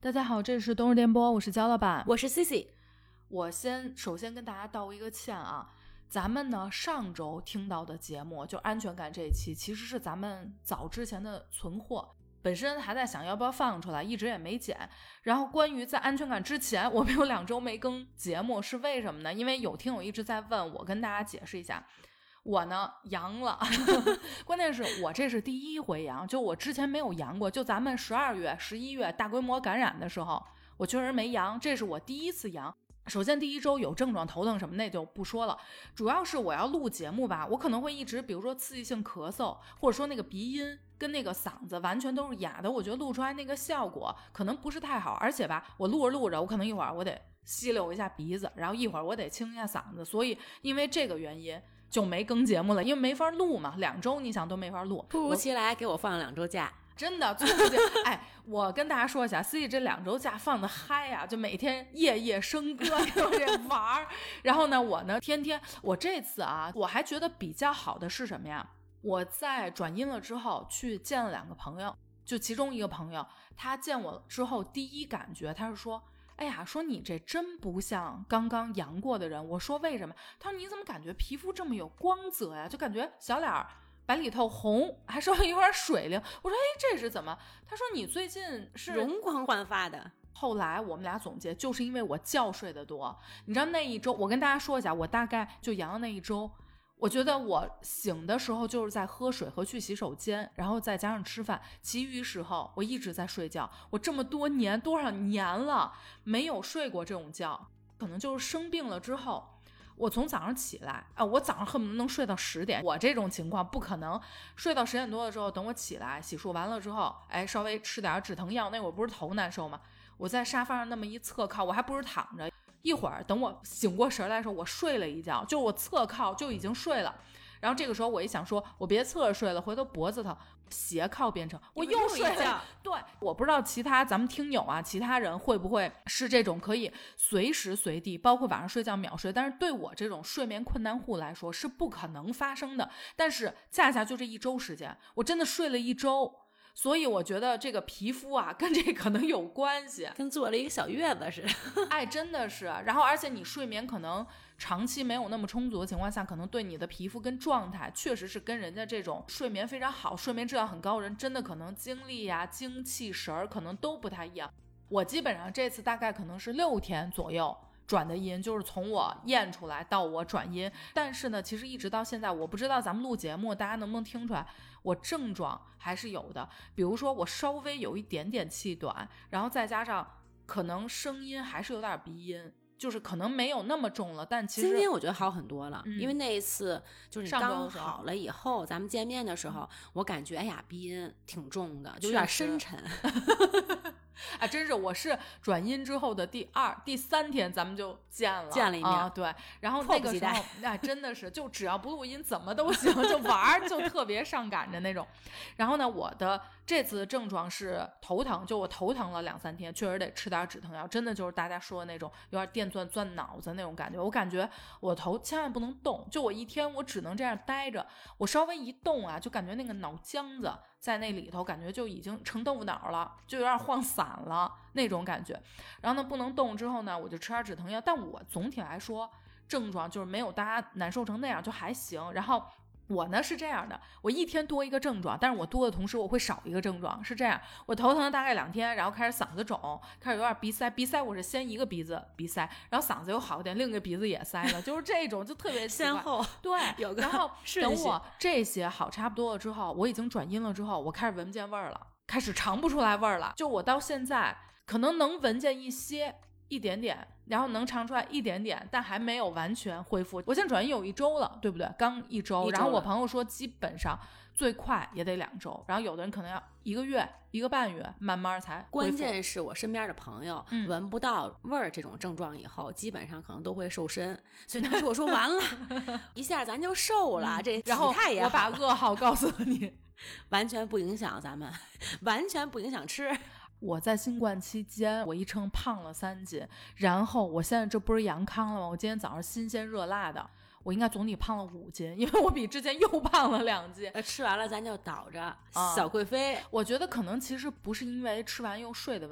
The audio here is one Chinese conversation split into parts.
大家好，这是冬日电波，我是焦老板， 我是 Cici。 我首先跟大家道一个歉啊，咱们呢上周听到的节目就安全感这一期，其实是咱们早之前的存货，本身还在想要不要放出来，一直也没剪。然后关于在安全感之前我们有2周没更节目是为什么呢？因为有听友一直在问我，跟大家解释一下。我呢阳了关键是我这是第1回阳，就我之前没有阳过，就咱们12月11月大规模感染的时候我确实没阳，这是我第1次阳。首先第1周有症状头疼什么那就不说了，主要是我要录节目吧，我可能会一直比如说刺激性咳嗽，或者说那个鼻音跟那个嗓子完全都是哑的，我觉得录出来那个效果可能不是太好，而且吧我录着录着我可能一会儿我得吸溜一下鼻子，然后一会儿我得清一下嗓子，所以因为这个原因就没更节目了，因为没法录嘛，2周你想都没法录， 突如其来给我放了2周假， 真的猝不及哎，我跟大家说一下 ，Cici 这2周假放的嗨啊，就每天夜夜笙歌给我这玩儿。然后呢，我呢天天，我这次啊，我还觉得比较好的是什么呀？我在转阴了之后去见了2个朋友，就其中一个朋友，他见我之后第一感觉，他是说。哎呀，说你这真不像刚刚阳过的人。我说为什么？他说你怎么感觉皮肤这么有光泽呀？就感觉小脸白里透红，还稍微有点水灵。我说哎，这是怎么？他说你最近是容光焕发的。 后来我们俩总结，就是因为我觉睡得多。你知道那一周，我跟大家说一下，我大概就阳的那一周，我觉得我醒的时候就是在喝水和去洗手间，然后再加上吃饭，其余时候我一直在睡觉。我这么多年多少年了没有睡过这种觉，可能就是生病了之后我从早上起来啊，我早上恨不得能睡到10点，我这种情况不可能睡到10点多的时候，等我起来洗漱完了之后，哎，稍微吃点止疼药，那会儿不是头难受吗？我在沙发上那么一侧靠，我还不是躺着，一会儿等我醒过神来的时候，我睡了一觉，就我侧靠就已经睡了。然后这个时候我一想说，我别侧着睡了，回头脖子疼，斜靠变成我又睡了。对，我不知道其他咱们听友啊，其他人会不会是这种可以随时随地，包括晚上睡觉秒睡，但是对我这种睡眠困难户来说是不可能发生的。但是恰恰就这1周时间，我真的睡了1周。所以我觉得这个皮肤啊跟这可能有关系， 跟坐了一个小月子似的哎，真的是。然后而且你睡眠可能长期没有那么充足的情况下，可能对你的皮肤跟状态确实是跟人家这种睡眠非常好睡眠质量很高的人真的可能精力啊精气神可能都不太一样。我基本上这次大概可能是6天左右转的阴，就是从我验出来到我转阴。但是呢其实一直到现在，我不知道咱们录节目大家能不能听出来，我症状还是有的。比如说我稍微有一点点气短，然后再加上可能声音还是有点鼻音，就是可能没有那么重了，但其实今天我觉得好很多了，因为那一次就是你刚好了以后咱们见面的时候，我感觉哎呀鼻音挺重的，就有点深沉啊，真是我是转阴之后的第2、第3天咱们就见了一面、 啊，对，然后那个时候哎，真的是就只要不录音怎么都行，就玩就特别上赶着那种。然后呢，我的这次的症状是头疼，就我头疼了2、3天，确实得吃点止疼药，真的就是大家说的那种有点电钻钻脑子那种感觉。我感觉我头千万不能动，就我一天我只能这样待着，我稍微一动啊，就感觉那个脑浆子在那里头感觉就已经成豆腐脑了，就有点晃散了那种感觉。然后呢不能动之后呢，我就吃点止疼药，但我总体来说症状就是没有大家难受成那样，就还行。然后我呢是这样的，我一天多一个症状，但是我多的同时我会少一个症状，是这样。我头疼大概2天，然后开始嗓子肿，开始有点鼻塞，我是先一个鼻子鼻塞，然后嗓子又好一点，另一个鼻子也塞了，就是这种就特别奇怪先后对， 有个然后等我这些好差不多了之后，我已经转阴了之后，我开始闻不见味儿了，开始尝不出来味儿了，就我到现在可能能闻见一点点，然后能尝出来一点点，但还没有完全恢复。我现在转阴有1周了，对不对？刚1周，然后我朋友说基本上最快也得2周，然后有的人可能要1个月、1个半月，慢慢才恢复。 关键是我身边的朋友闻不到味儿这种症状以后，基本上可能都会瘦身，所以当时我说完了一下咱就瘦了，这体态也好， 然后我把噩耗告诉了你完全不影响咱们，完全不影响吃。 我在新冠期间我一称胖了3斤，然后我现在这不是阳康了吗？我今天早上新鲜热辣的，我应该总体胖了5斤，因为我比之前又胖了2斤。 吃完了咱就倒着小贵妃。 我觉得可能其实不是因为吃完又睡的问题，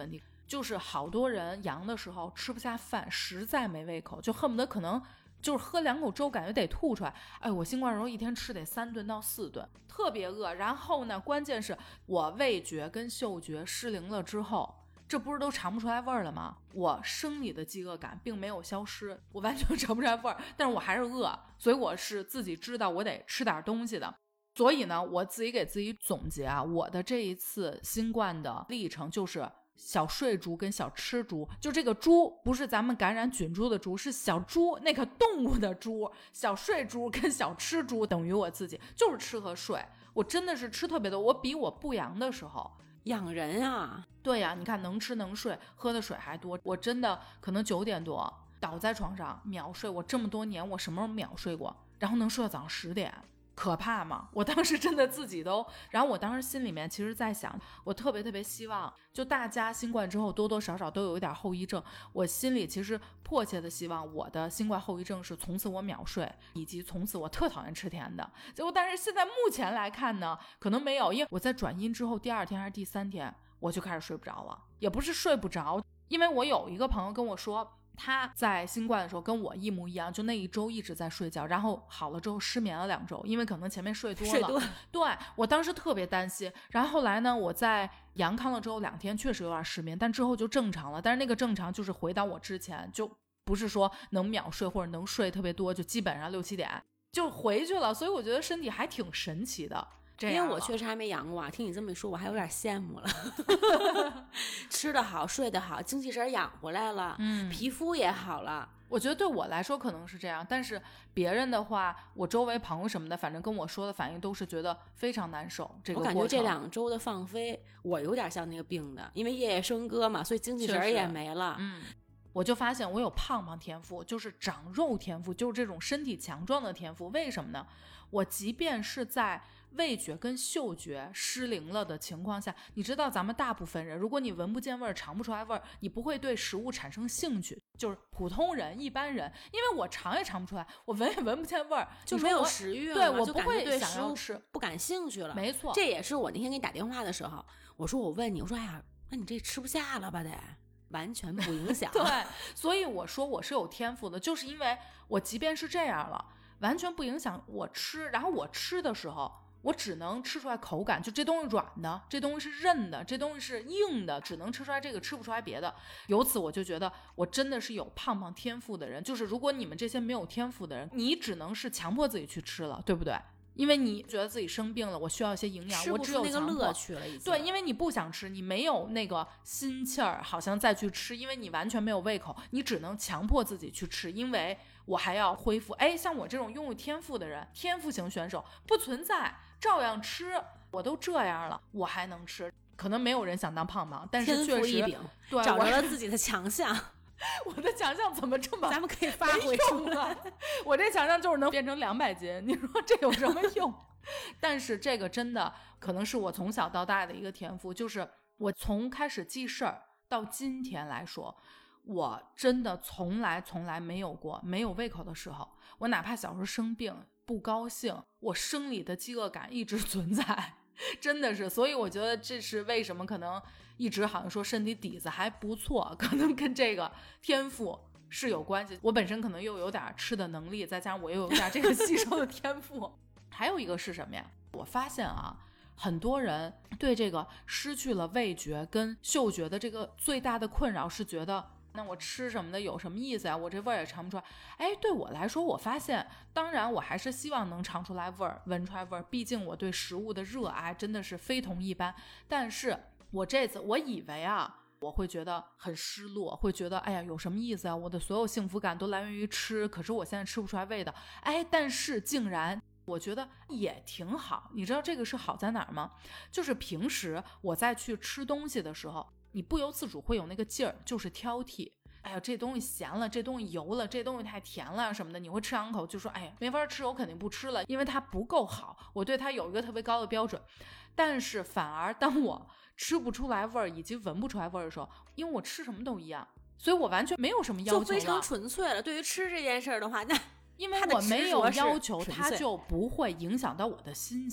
就是好多人阳的时候吃不下饭，实在没胃口，就恨不得可能就是喝2口粥感觉得吐出来。哎，我新冠的时候一天吃得3顿到4顿，特别饿。然后呢，关键是我味觉跟嗅觉失灵了之后，这不是都尝不出来味儿了吗？我生理的饥饿感并没有消失，我完全尝不出来味儿，但是我还是饿，所以我是自己知道我得吃点东西的。所以呢，我自己给自己总结啊，我的这一次新冠的历程就是小睡猪跟小吃猪，就这个猪不是咱们感染菌株的猪，是小猪那个动物的猪，小睡猪跟小吃猪等于我自己，就是吃和睡。我真的是吃特别多，我比我不阳的时候养人啊。 对呀，你看能吃能睡，喝的水还多。我真的可能9点多倒在床上秒睡，我这么多年我什么时候秒睡过？然后能睡到早上10点。可怕吗？我当时真的自己都，然后我当时心里面其实在想，我特别希望就大家新冠之后多多少少都有一点后遗症，我心里其实迫切的希望我的新冠后遗症是从此我秒睡，以及从此我特讨厌吃甜的。结果但是现在目前来看呢，可能没有，因为我在转阴之后第2天还是第3天我就开始睡不着了，也不是睡不着，因为我有一个朋友跟我说，他在新冠的时候跟我一模一样，就那一周一直在睡觉，然后好了之后失眠了2周，因为可能前面睡多了。对，我当时特别担心。然后后来呢，我在阳康了之后2天确实有点失眠，但之后就正常了。但是那个正常就是回到我之前，就不是说能秒睡或者能睡特别多，就基本上6、7点就回去了。所以我觉得身体还挺神奇的。 因为我确实还没阳过，听你这么一说我还有点羡慕了。吃得好睡得好，精气神养回来了，皮肤也好了。 我觉得对我来说可能是这样，但是别人的话，我周围朋友什么的，反正跟我说的反应都是觉得非常难受。这个我感觉这2周的放飞，我有点像那个病的，因为夜夜笙歌嘛，所以精气神也没了。 我就发现我有胖天赋，就是长肉天赋，就是这种身体强壮的天赋。为什么呢？我即便是在味觉跟嗅觉失灵了的情况下，你知道咱们大部分人，如果你闻不见味儿，尝不出来味儿，你不会对食物产生兴趣，就是普通人一般人，因为我尝也尝不出来，我闻也闻不见味儿， 就没有食欲了， 对，我不会想要吃， 不感兴趣了。 没错， 这也是我那天给你打电话的时候，我问你，我说哎呀，那你这吃不下了吧得？完全不影响。 对，所以我说我是有天赋的，就是因为我即便是这样了，完全不影响我吃。然后我吃的时候，我只能吃出来口感，就这东西软的，这东西是韧的，这东西是硬的，只能吃出来这个，吃不出来别的。由此我就觉得我真的是有胖天赋的人。就是如果你们这些没有天赋的人，你只能是强迫自己去吃了，对不对？因为你觉得自己生病了，我需要一些营养，我只有那个乐趣了已经。 对，因为你不想吃，你没有那个心气儿，好像再去吃，因为你完全没有胃口，你只能强迫自己去吃，因为我还要恢复。哎，像我这种拥有天赋的人，天赋型选手不存在，照样吃。我都这样了，我还能吃。可能没有人想当胖，但是确实对找着了自己的强项。 我的强项怎么这么咱们可以发挥出来？ 我这强项就是能变成200斤，你说这有什么用？但是这个真的可能是我从小到大的一个天赋，就是我从开始记事儿到今天来说，我真的从来没有过没有胃口的时候。我哪怕小时候生病不高兴，我生理的饥饿感一直存在，真的是。所以我觉得这是为什么可能一直好像说身体底子还不错，可能跟这个天赋是有关系。我本身可能又有点吃的能力，再加上我又有点这个吸收的天赋。还有一个是什么呀？我发现啊，很多人对这个失去了味觉跟嗅觉的这个最大的困扰是觉得，那我吃什么的有什么意思呀？我这味儿也尝不出来。哎，对我来说，我发现，当然我还是希望能尝出来味儿，闻出来味儿。毕竟我对食物的热爱真的是非同一般。但是我这次我以为啊，我会觉得很失落，会觉得哎呀有什么意思啊？我的所有幸福感都来源于吃，可是我现在吃不出来味道。哎，但是竟然我觉得也挺好。你知道这个是好在哪儿吗？就是平时我在去吃东西的时候，你不由自主会有那个劲儿，就是挑剔。哎呀，这东西咸了，这东西油了，这东西太甜了什么的，你会吃2口就说哎呀没法吃，我肯定不吃了，因为它不够好，我对它有一个特别高的标准。但是反而当我吃不出来味儿以及闻不出来味儿的时候，因为我吃什么都一样，所以我完全没有什么要求了， 就非常纯粹了。对于吃这件事的话，那因为我没有要求，它就不会影响到我的心情。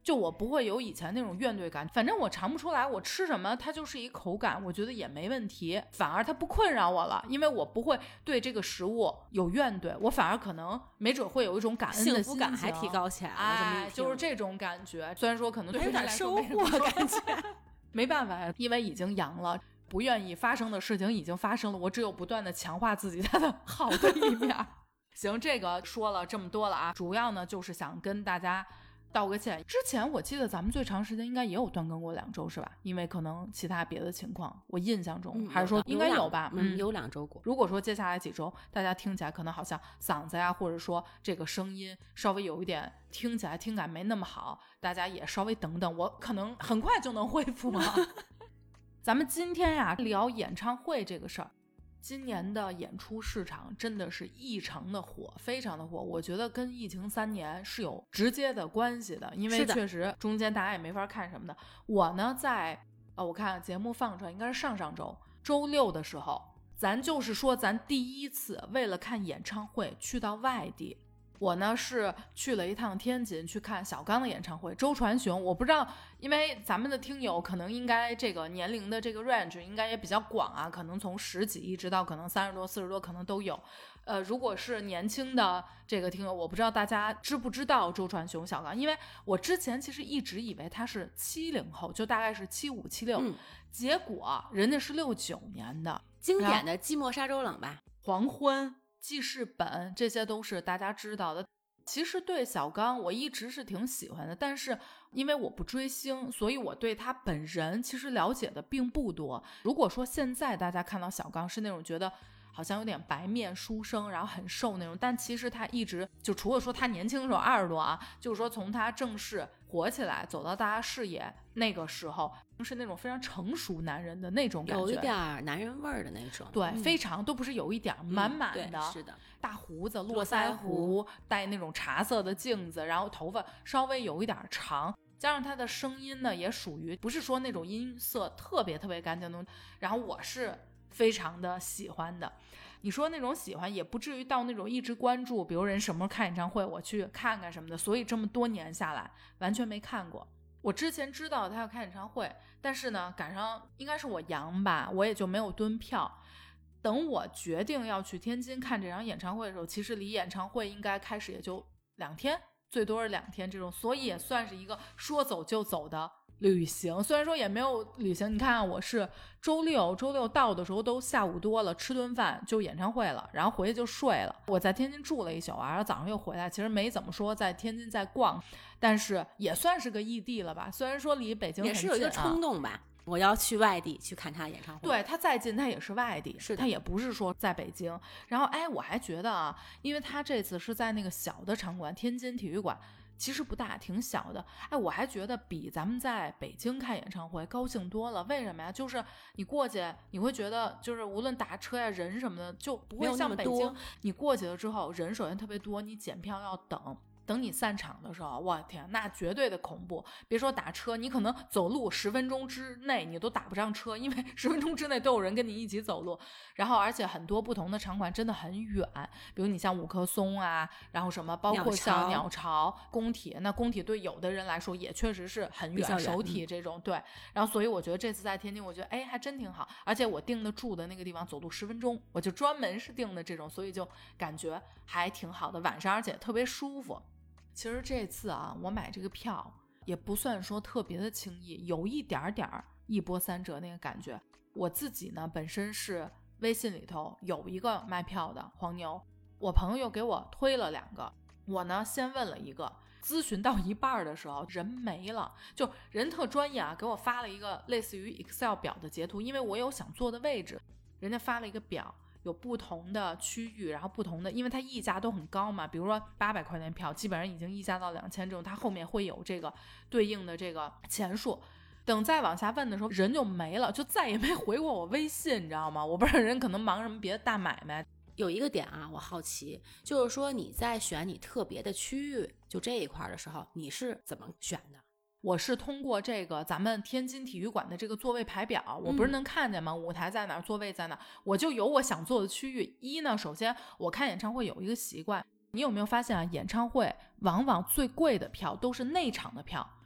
就我不会有以前那种怨怼感，反正我尝不出来我吃什么它就是一口感，我觉得也没问题，反而它不困扰我了，因为我不会对这个食物有怨怼，我反而可能没准会有一种感恩的心情， 幸福感还提高起来了。 哎，就是这种感觉，虽然说可能对有点收获感觉没办法呀，因为已经阳了，不愿意发生的事情已经发生了，我只有不断的强化自己它的好的一面。行，这个说了这么多了啊，主要呢就是想跟大家道个歉。之前我记得咱们最长时间应该也有断更过2周是吧？因为可能其他别的情况，我印象中、还是说应该有吧， 有2周过。 如果说接下来几周大家听起来可能好像嗓子呀，或者说这个声音稍微有一点听起来听感没那么好，大家也稍微等等，我可能很快就能恢复啊。咱们今天呀聊演唱会这个事儿。今年的演出市场真的是异常的火，非常的火，我觉得跟疫情3年是有直接的关系的，因为确实中间大家也没法看什么的。我呢在我看节目放出来应该是上周周6的时候，咱就是说咱第一次为了看演唱会去到外地。我呢是去了一趟天津去看小刚的演唱会，周传雄，我不知道，因为咱们的听友可能应该这个年龄的这个 range 应该也比较广啊，可能从10几一直到可能30多40多可能都有。如果是年轻的这个听友，我不知道大家知不知道周传雄小刚，因为我之前其实一直以为他是70后，就大概是75、76，结果人家是69年的， 经典的寂寞沙洲冷吧， 黄昏。记事本，这些都是大家知道的。其实对小刚我一直是挺喜欢的，但是因为我不追星，所以我对他本人其实了解的并不多。如果说现在大家看到小刚是那种觉得好像有点白面书生，然后很瘦那种，但其实他一直就除了说他年轻的时候20多啊，就是说从他正式火起来走到大家视野那个时候，是那种非常成熟男人的那种感觉， 有一点男人味儿的那种。 对，非常都不是有一点满满的， 是的， 大胡子络腮胡，戴那种茶色的镜子，然后头发稍微有一点长，加上他的声音呢也属于不是说那种音色特别特别干净的，然后我是非常的喜欢的。你说那种喜欢也不至于到那种一直关注，比如人什么时候开演唱会我去看看什么的，所以这么多年下来完全没看过。我之前知道他要开演唱会，但是呢赶上应该是我阳吧，我也就没有蹲票。等我决定要去天津看这场演唱会的时候，其实离演唱会应该开始也就2天，最多是2天这种，所以也算是一个说走就走的旅行。虽然说也没有旅行，你看我是周六到的时候都下午多了，吃顿饭就演唱会了，然后回去就睡了。我在天津住了1宿啊，然后早上又回来，其实没怎么说在天津在逛，但是也算是个异地了吧，虽然说离北京很近， 也是有一个冲动吧，我要去外地去看他演唱会。 对，他再近他也是外地，是他也不是说在北京。然后我还觉得啊，因为他这次是在那个小的场馆天津体育馆，其实不大，挺小的。我还觉得比咱们在北京看演唱会高兴多了。为什么呀？就是你过去你会觉得就是无论打车呀人什么的就不会像北京，你过去了之后人首先特别多，你检票要等你散场的时候，我天，那绝对的恐怖。别说打车，你可能走路10分钟之内你都打不上车，因为10分钟之内都有人跟你一起走路。然后而且很多不同的场馆真的很远，比如你像5棵松啊，然后什么包括像鸟巢、工体，那工体对有的人来说也确实是很远，首体这种对。然后所以我觉得这次在天津，我觉得还真挺好。而且我订的住的那个地方走路10分钟，我就专门是订的这种，所以就感觉还挺好的，晚上而且特别舒服。其实这次啊，我买这个票也不算说特别的轻易，有一点点一波三折那个感觉。我自己呢本身是微信里头有一个卖票的黄牛，我朋友又给我推了2个，我呢先问了一个，咨询到一半的时候人没了，就人特专业啊，给我发了一个类似于 Excel 表的截图，因为我有想坐的位置，人家发了一个表，有不同的区域，然后不同的，因为它溢价都很高嘛，比如说800块钱票基本上已经溢价到2000这种，它后面会有这个对应的这个钱数。等再往下问的时候人就没了，就再也没回过我微信，你知道吗？我不知道人可能忙什么别的大买卖。 有一个点啊，我好奇，就是说你在选你特别的区域就这一块的时候，你是怎么选的？ 我是通过这个咱们天津体育馆的这个座位排表，我不是能看见吗？舞台在哪儿，座位在哪儿，我就有我想坐的区域。一呢，首先我看演唱会有一个习惯，你有没有发现啊？演唱会往往最贵的票都是内场的票，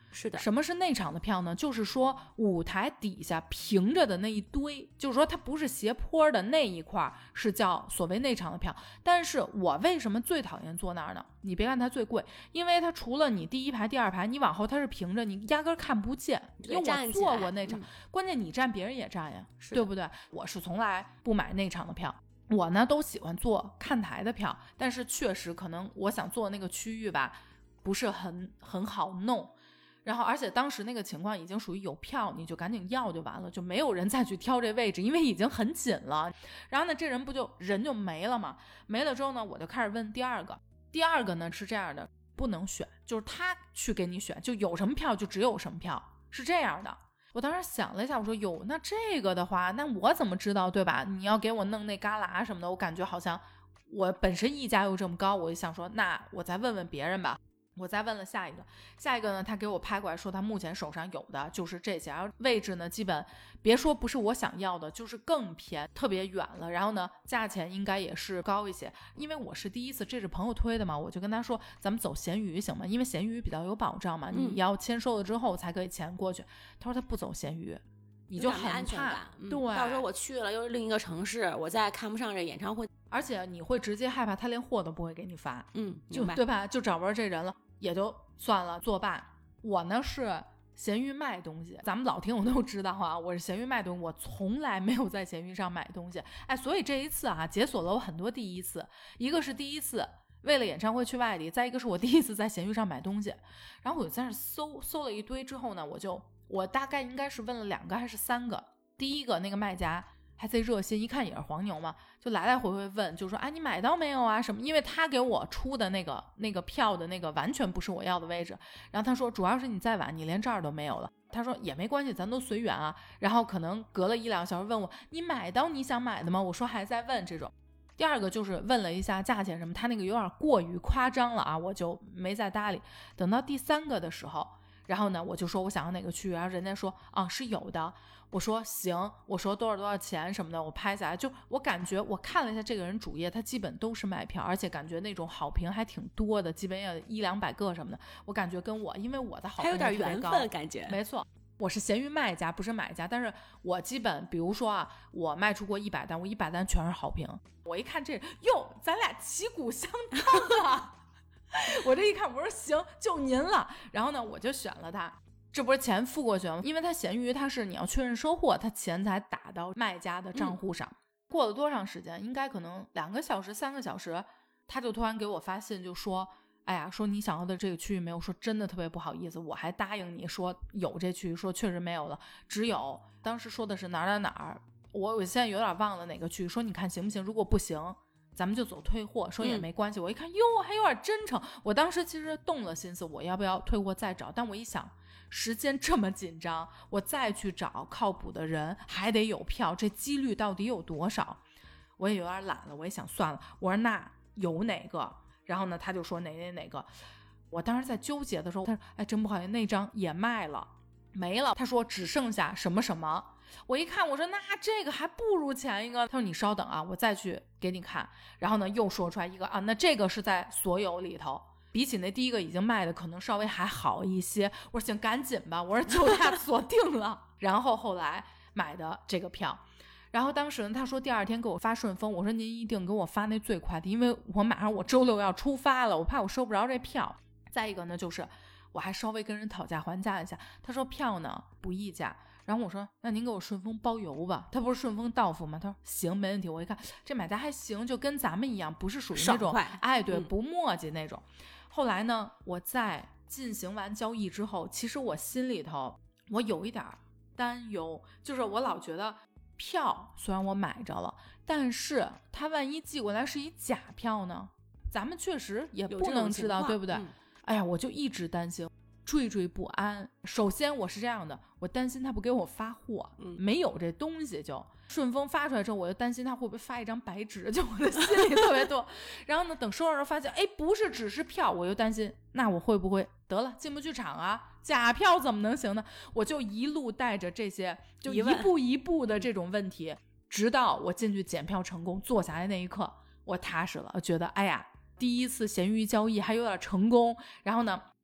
是的。 什么是内场的票呢？就是说舞台底下平着的那一堆，就是说它不是斜坡的那一块是叫所谓内场的票。但是我为什么最讨厌坐那儿呢？你别看它最贵，因为它除了你第一排第二排你往后它是平着，你压根看不见。因为我坐过内场，关键你站别人也站呀，对不对？我是从来不买内场的票，我呢都喜欢坐看台的票，但是确实可能我想坐那个区域吧不是很好弄，然后而且当时那个情况已经属于有票你就赶紧要就完了，就没有人再去挑这位置，因为已经很紧了。然后呢这人就没了嘛，没了之后呢我就开始问第二个呢是这样的，不能选，就是他去给你选，就有什么票就只有什么票，是这样的。我当时想了一下，我说哟，那这个的话，那我怎么知道，对吧？你要给我弄那旮旯什么的，我感觉好像我本身溢价又这么高，我就想说，那我再问问别人吧。我再问了下一个呢，他给我拍过来说他目前手上有的就是这些，然后位置呢基本别说不是我想要的，就是更偏，特别远了，然后呢价钱应该也是高一些。因为我是第一次，这是朋友推的嘛，我就跟他说咱们走闲鱼行吗？因为闲鱼比较有保障嘛，你要签收了之后才可以钱过去。他说他不走闲鱼，你就很安全感。 对， 到时候我去了又是另一个城市，我再看不上这演唱会， 而且你会直接害怕他连货都不会给你发，就对吧？就找不着这人了，也就算了作罢。我呢是闲鱼卖东西，咱们老听我都知道啊，我是闲鱼卖东西，我从来没有在闲鱼上买东西。哎，所以这一次啊，解锁了我很多第一次。一个是第一次为了演唱会去外地，再一个是我第一次在闲鱼上买东西。然后我就在那搜了一堆之后呢，我大概应该是问了2个还是3个。第一个那个卖家还贼热心，一看也是黄牛嘛，就来来回回问，就说哎你买到没有啊什么，因为他给我出的那个票的那个完全不是我要的位置，然后他说主要是你再晚你连这儿都没有了，他说也没关系咱都随缘啊，然后可能隔了1-2个小时问我你买到你想买的吗，我说还在问这种。第二个就是问了一下价钱什么，他那个有点过于夸张了啊，我就没再搭理。等到第3个的时候，然后呢我就说我想要哪个区域，然后人家说啊是有的，我说行，我说多少钱什么的，我拍下来。就我感觉我看了一下这个人主页，他基本都是卖票，而且感觉那种好评还挺多的，基本要100-200个什么的，我感觉跟我因为我的好评还有点缘分感觉。 没错，我是闲鱼卖家不是买家，但是我基本比如说啊，我卖出过100单，我100单全是好评。我一看这哟咱俩旗鼓相当啊我这一看我说行就您了，然后呢我就选了他。这不是钱付过去了吗？因为他闲鱼他是你要确认收货，他钱才打到卖家的账户上。过了多长时间，应该可能2个小时3个小时，他就突然给我发信就说哎呀，说你想要的这个区域没有，说真的特别不好意思，我还答应你说有这区域，说确实没有了，只有当时说的是哪儿，我现在有点忘了哪个区域，说你看行不行，如果不行咱们就走退货，说也没关系。我一看哟还有点真诚，我当时其实动了心思我要不要退货再找，但我一想时间这么紧张，我再去找靠谱的人还得有票，这几率到底有多少，我也有点懒了。我也想算了，我说那有哪个，然后呢他就说哪个。我当时在纠结的时候，他说哎真不好意思那张也卖了没了，他说只剩下什么什么。我一看我说那这个还不如前一个，他说你稍等啊我再去给你看，然后呢又说出来一个啊，那这个是在所有里头比起那第一个已经卖的可能稍微还好一些。我说行赶紧吧，我说就他锁定了然后后来买的这个票。然后当时呢他说第2天给我发顺丰，我说您一定给我发那最快的，因为我马上我周6要出发了，我怕我收不着这票。再一个呢就是我还稍微跟人讨价还价一下，他说票呢不议价，然后我说那您给我顺丰包邮吧，他不是顺丰到付吗？他说行没问题。我一看这买家还行，就跟咱们一样，不是属于那种哎对不磨叽那种。后来呢我在进行完交易之后，其实我心里头我有一点担忧，就是我老觉得票虽然我买着了，但是他万一寄过来是一假票呢，咱们确实也不能知道对不对哎呀我就一直担心惴不安。首先我是这样的，我担心他不给我发货没有这东西，就顺丰发出来之后我就担心他会不会发一张白纸，就我的心里特别多然后呢等收到时候发现哎不是只是票，我又担心那我会不会得了进不去场啊，假票怎么能行呢？我就一路带着这些就一步一步的这种问题，直到我进去检票成功坐下来那一刻我踏实了，我觉得哎呀第一次闲鱼交易还有点成功。然后呢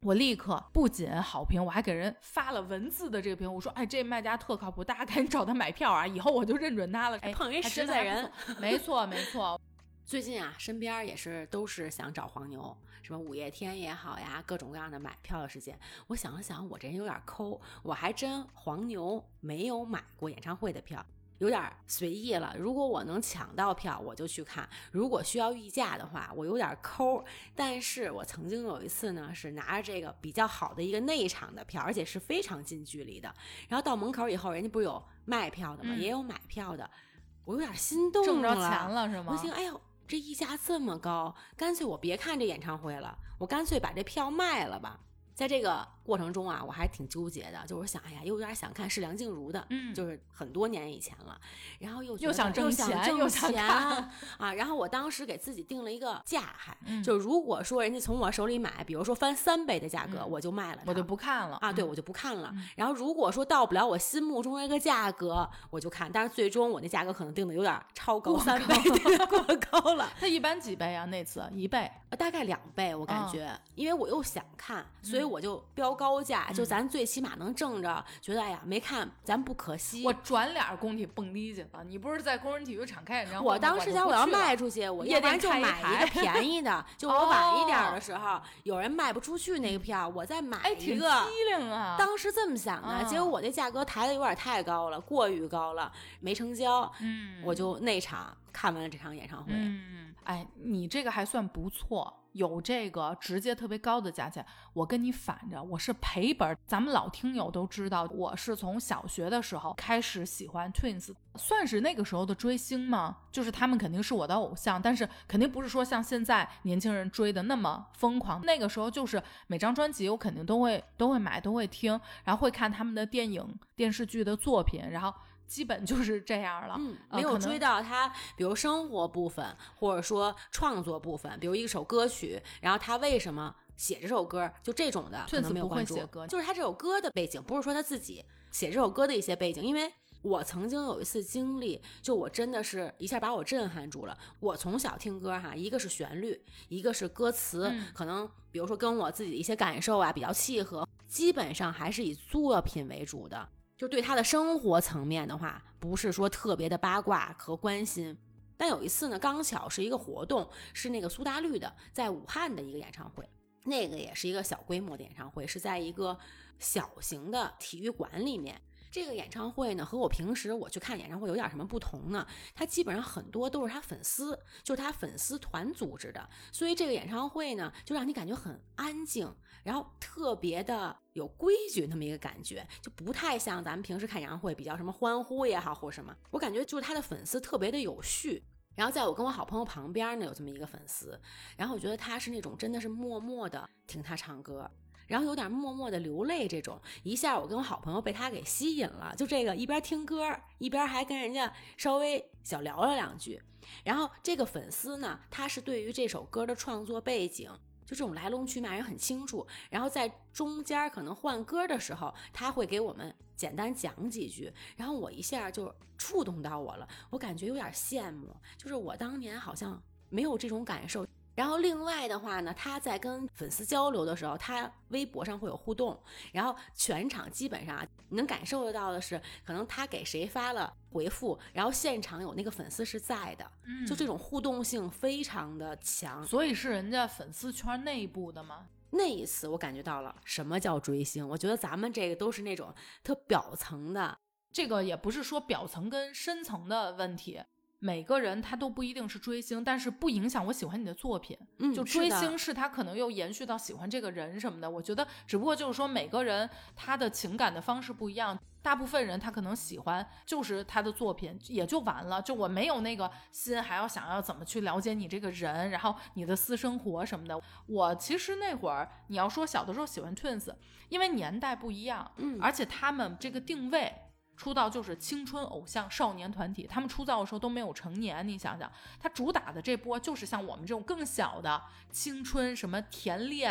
我立刻不仅好评，我还给人发了文字的这个评，我说哎，这卖家特靠谱，大家赶紧找他买票啊，以后我就认准他了。哎， 碰一实在人， 没错没错。 最近啊，身边也是都是想找黄牛，什么五月天也好呀，各种各样的买票的时间。我想了想，我这人有点抠，我还真黄牛没有买过演唱会的票，有点随意了。如果我能抢到票，我就去看；如果需要议价的话，我有点抠。但是我曾经有一次呢，是拿着这个比较好的一个内场的票，而且是非常近距离的。然后到门口以后，人家不是有卖票的吗？也有买票的，我有点心动了， 挣着钱了是吗？ 我心哎呦。这溢价这么高，干脆我别看这演唱会了，我干脆把这票卖了吧。在这个过程中啊，我还挺纠结的，就是想，哎呀，又有点想看是梁静茹的，就是很多年以前了，然后又想挣钱， 又想看啊。然后我当时给自己定了一个价，就如果说人家从我手里买，比如说翻3倍的价格，我就卖了它， 我就不看了啊，对，我就不看了。然后如果说到不了我心目中那个价格，我就看，但是最终我那价格可能定的有点超高，3倍过高了。 它一般几倍啊？那次1倍， 大概2倍，我感觉，因为我又想看，所以我就标高价，就咱最起码能挣着，觉得哎呀没看咱不可惜。 我转脸工体蹦迪去了，你不是在工人体育场开演唱会？ 我当时想我要卖出去，我要不然就买一个便宜的，就我晚一点的时候，有人卖不出去那个票，我再买一个。 挺机灵啊！ 当时这么想的，结果我这价格抬的有点太高了，过于高了，没成交。我就那场看完了这场演唱会。 哎，你这个还算不错。有这个直接特别高的价钱，我跟你反着，我是赔本。咱们老听友都知道，我是从小学的时候开始喜欢 Twins， 算是那个时候的追星吗？就是他们肯定是我的偶像，但是肯定不是说像现在年轻人追的那么疯狂。那个时候就是每张专辑我肯定都会买，都会听，然后会看他们的电影电视剧的作品，然后基本就是这样了。 没有追到他比如生活部分或者说创作部分，比如一首歌曲，然后他为什么写这首歌，就这种的可能没有关注。就是他这首歌的背景，不是说他自己写这首歌的一些背景。因为我曾经有一次经历，就我真的是一下把我震撼住了。我从小听歌一个是旋律，一个是歌词，可能比如说跟我自己的一些感受比较契合，基本上还是以作品为主的。就对他的生活层面的话，不是说特别的八卦和关心。但有一次呢，刚巧是一个活动，是那个苏打绿的在武汉的一个演唱会，那个也是一个小规模的演唱会，是在一个小型的体育馆里面。这个演唱会呢，和我平时我去看演唱会有点什么不同呢？它基本上很多都是他粉丝，就是他粉丝团组织的，所以这个演唱会呢，就让你感觉很安静，然后特别的有规矩那么一个感觉，就不太像咱们平时看演唱会比较什么欢呼也好或什么。我感觉就是他的粉丝特别的有序。然后在我跟我好朋友旁边呢，有这么一个粉丝，然后我觉得他是那种真的是默默的听他唱歌，然后有点默默的流泪，这种一下我跟我好朋友被他给吸引了，就这个一边听歌一边还跟人家稍微小聊了2句。然后这个粉丝呢，他是对于这首歌的创作背景，就这种来龙去脉人很清楚，然后在中间可能换歌的时候，他会给我们简单讲几句，然后我一下就触动到我了，我感觉有点羡慕，就是我当年好像没有这种感受。然后另外的话呢，他在跟粉丝交流的时候，他微博上会有互动，然后全场基本上你能感受得到的是，可能他给谁发了回复，然后现场有那个粉丝是在的，就这种互动性非常的强。 所以是人家粉丝圈内部的吗？ 那一次我感觉到了什么叫追星，我觉得咱们这个都是那种特表层的， 这个也不是说表层跟深层的问题，每个人他都不一定是追星，但是不影响我喜欢你的作品。就追星是他可能又延续到喜欢这个人什么的，我觉得只不过就是说每个人他的情感的方式不一样，大部分人他可能喜欢就是他的作品也就完了，就我没有那个心还要想要怎么去了解你这个人，然后你的私生活什么的。我其实那会儿你要说小的时候喜欢 Twins， 因为年代不一样，而且他们这个定位出道就是青春偶像少年团体，他们出道的时候都没有成年，你想想他主打的这波就是像我们这种更小的青春什么甜恋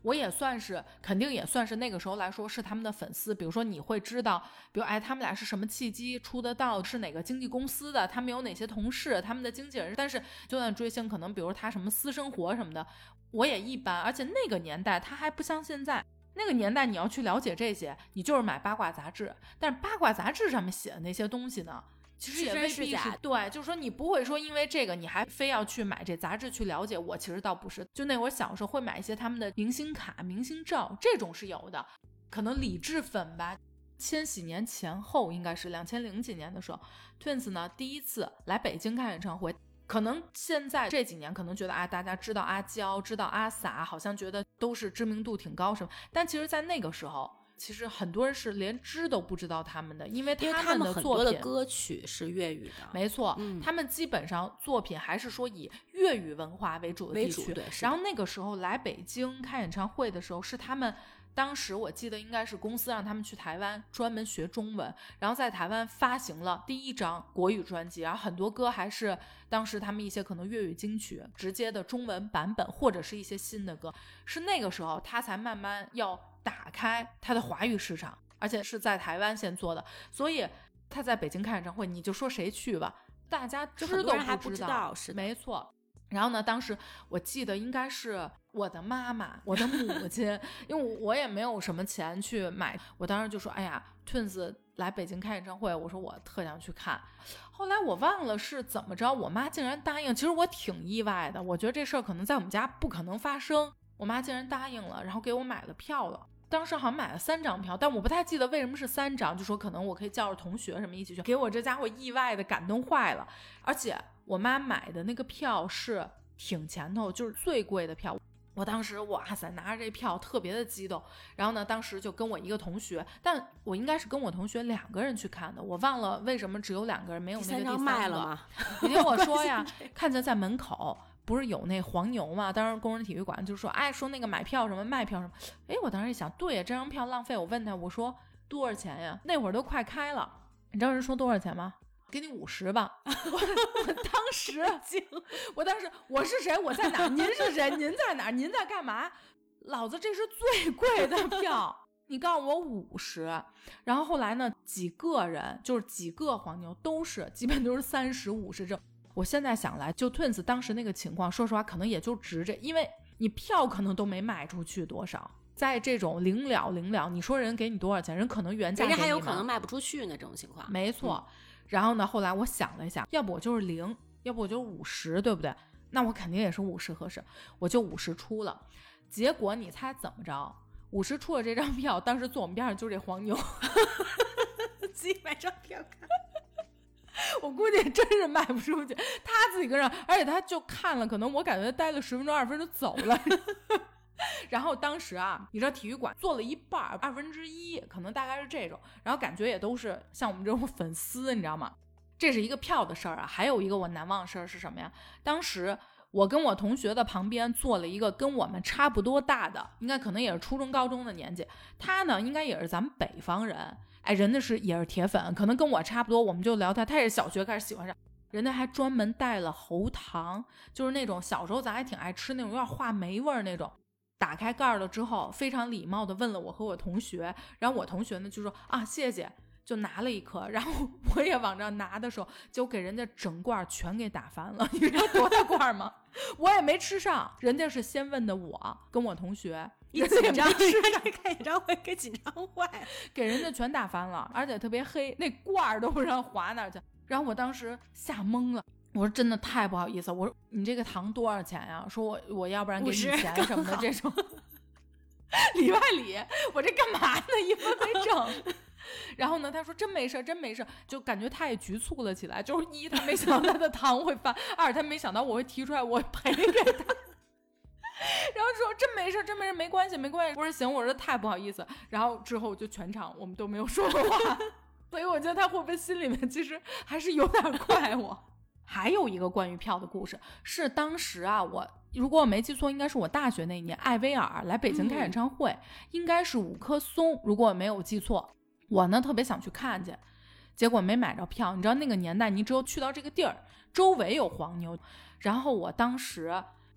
我也算是肯定也算是那个时候来说是他们的粉丝。比如说你会知道，比如他们俩是什么契机出得到，是哪个经纪公司的，他们有哪些同事，他们的经纪人。但是就算追星，可能比如他什么私生活什么的我也一般。而且那个年代他还不像现在，那个年代你要去了解这些，你就是买八卦杂志。但是八卦杂志上面写的那些东西呢，其实也未必是对，就是说你不会说因为这个你还非要去买这杂志去了解。我其实倒不是，就那会儿小时候会买一些他们的明星卡、明星照，这种是有的。可能李智粉吧，千禧年前后应该是2000几年的时候 Twins 呢第一次来北京开演唱会。可能现在这几年可能觉得大家知道阿娇，知道阿 sa， 好像觉得都是知名度挺高什么，但其实在那个时候其实很多人是连知都不知道他们的，因为他们的作品很多的歌曲是粤语的。 没错，他们基本上作品还是说以粤语文化为主的地区。然后那个时候来北京开演唱会的时候，是他们当时我记得应该是公司让他们去台湾专门学中文，然后在台湾发行了第一张国语专辑，然后很多歌还是当时他们一些可能粤语金曲直接的中文版本，或者是一些新的歌。是那个时候他才慢慢要打开他的华语市场，而且是在台湾先做的。所以他在北京开演唱会，你就说谁去吧，大家知都不知道。 是没错。然后呢，当时我记得应该是我的妈妈，我的母亲，因为我也没有什么钱去买，我当时就说，哎呀 Twins 来北京开演唱会，我说我特想去看。后来我忘了是怎么着，我妈竟然答应。其实我挺意外的，我觉得这事儿可能在我们家不可能发生，我妈竟然答应了，然后给我买了票了。当时好像买了3张票，但我不太记得为什么是3张，就说可能我可以叫着同学什么一起去，给我这家伙意外的感动坏了。而且我妈买的那个票是挺前头，就是最贵的票。我当时哇塞，拿着这票特别的激动。然后呢，当时就跟我一个同学，但我应该是跟我同学2个人去看的，我忘了为什么只有2个人，没有那个第3个。 卖了吗？ 你听我说呀，看见在门口不是有那黄牛吗？当时工人体育馆就说，说那个买票什么卖票什么。我当时一想，对呀，这张票浪费。我问他，我说多少钱呀？那会儿都快开了，你知道人说多少钱吗？给你50吧。我当时我是谁？我在哪？您是谁？您在哪？您在干嘛？老子这是最贵的票，你告诉我50。然后后来呢，几个人就是几个黄牛基本都是30、50这。我现在想来，就 Twins 当时那个情况，说实话可能也就值这，因为你票可能都没卖出去多少。在这种临了，你说人给你多少钱？人可能原价给你， 人家还有可能卖不出去呢，这种情况。 没错。然后呢，后来我想了一下，要不我就是0，要不我就是50，对不对？那我肯定也是50合适，我就50出了。结果你猜怎么着？50出了这张票，当时坐我们边上就是这黄牛， 自己买张票看。 我估计真是卖不出去，他自己跟上，而且他就看了，可能我感觉待了10分钟、20分钟就走了。然后当时啊，你知道体育馆坐了一半，1/2，可能大概是这种。然后感觉也都是像我们这种粉丝，你知道吗？这是一个票的事儿啊。还有一个我难忘的事儿是什么呀？当时我跟我同学的旁边坐了一个跟我们差不多大的，应该可能也是初中高中的年纪。他呢，应该也是咱们北方人，人家也是铁粉，可能跟我差不多。我们就聊他也是小学开始喜欢上。人家还专门带了喉糖，就是那种小时候咱还挺爱吃那种有点话梅味儿那种。打开盖了之后，非常礼貌的问了我和我同学，然后我同学呢就说谢谢，就拿了一颗。然后我也往这拿的时候，就给人家整罐全给打翻了。你知道多大罐吗？我也没吃上，人家是先问的我跟我同学， 一紧张吃上看演唱会给紧张坏了， 给人家全打翻了，而且特别黑，那罐都不知道滑哪去。然后我当时吓懵了。我说真的太不好意思，我说你这个糖多少钱呀？说我要不然给你钱什么的这种。里外里我这干嘛呢？一分没挣。然后呢他说真没事，就感觉他也局促了起来，就是1他没想到他的糖会翻，2他没想到我会提出来我会赔给他。然后说真没事，没关系。我说行，我说太不好意思。然后之后就全场我们都没有说过话。所以我觉得他会不会心里面其实还是有点怪我。还有一个关于票的故事是当时啊，如果我没记错，应该是我大学那一年，艾薇儿来北京开演唱会，应该是5棵松，如果我没有记错。我呢特别想去看去，结果没买着票。你知道那个年代，你只有去到这个地儿，周围有黄牛。然后我当时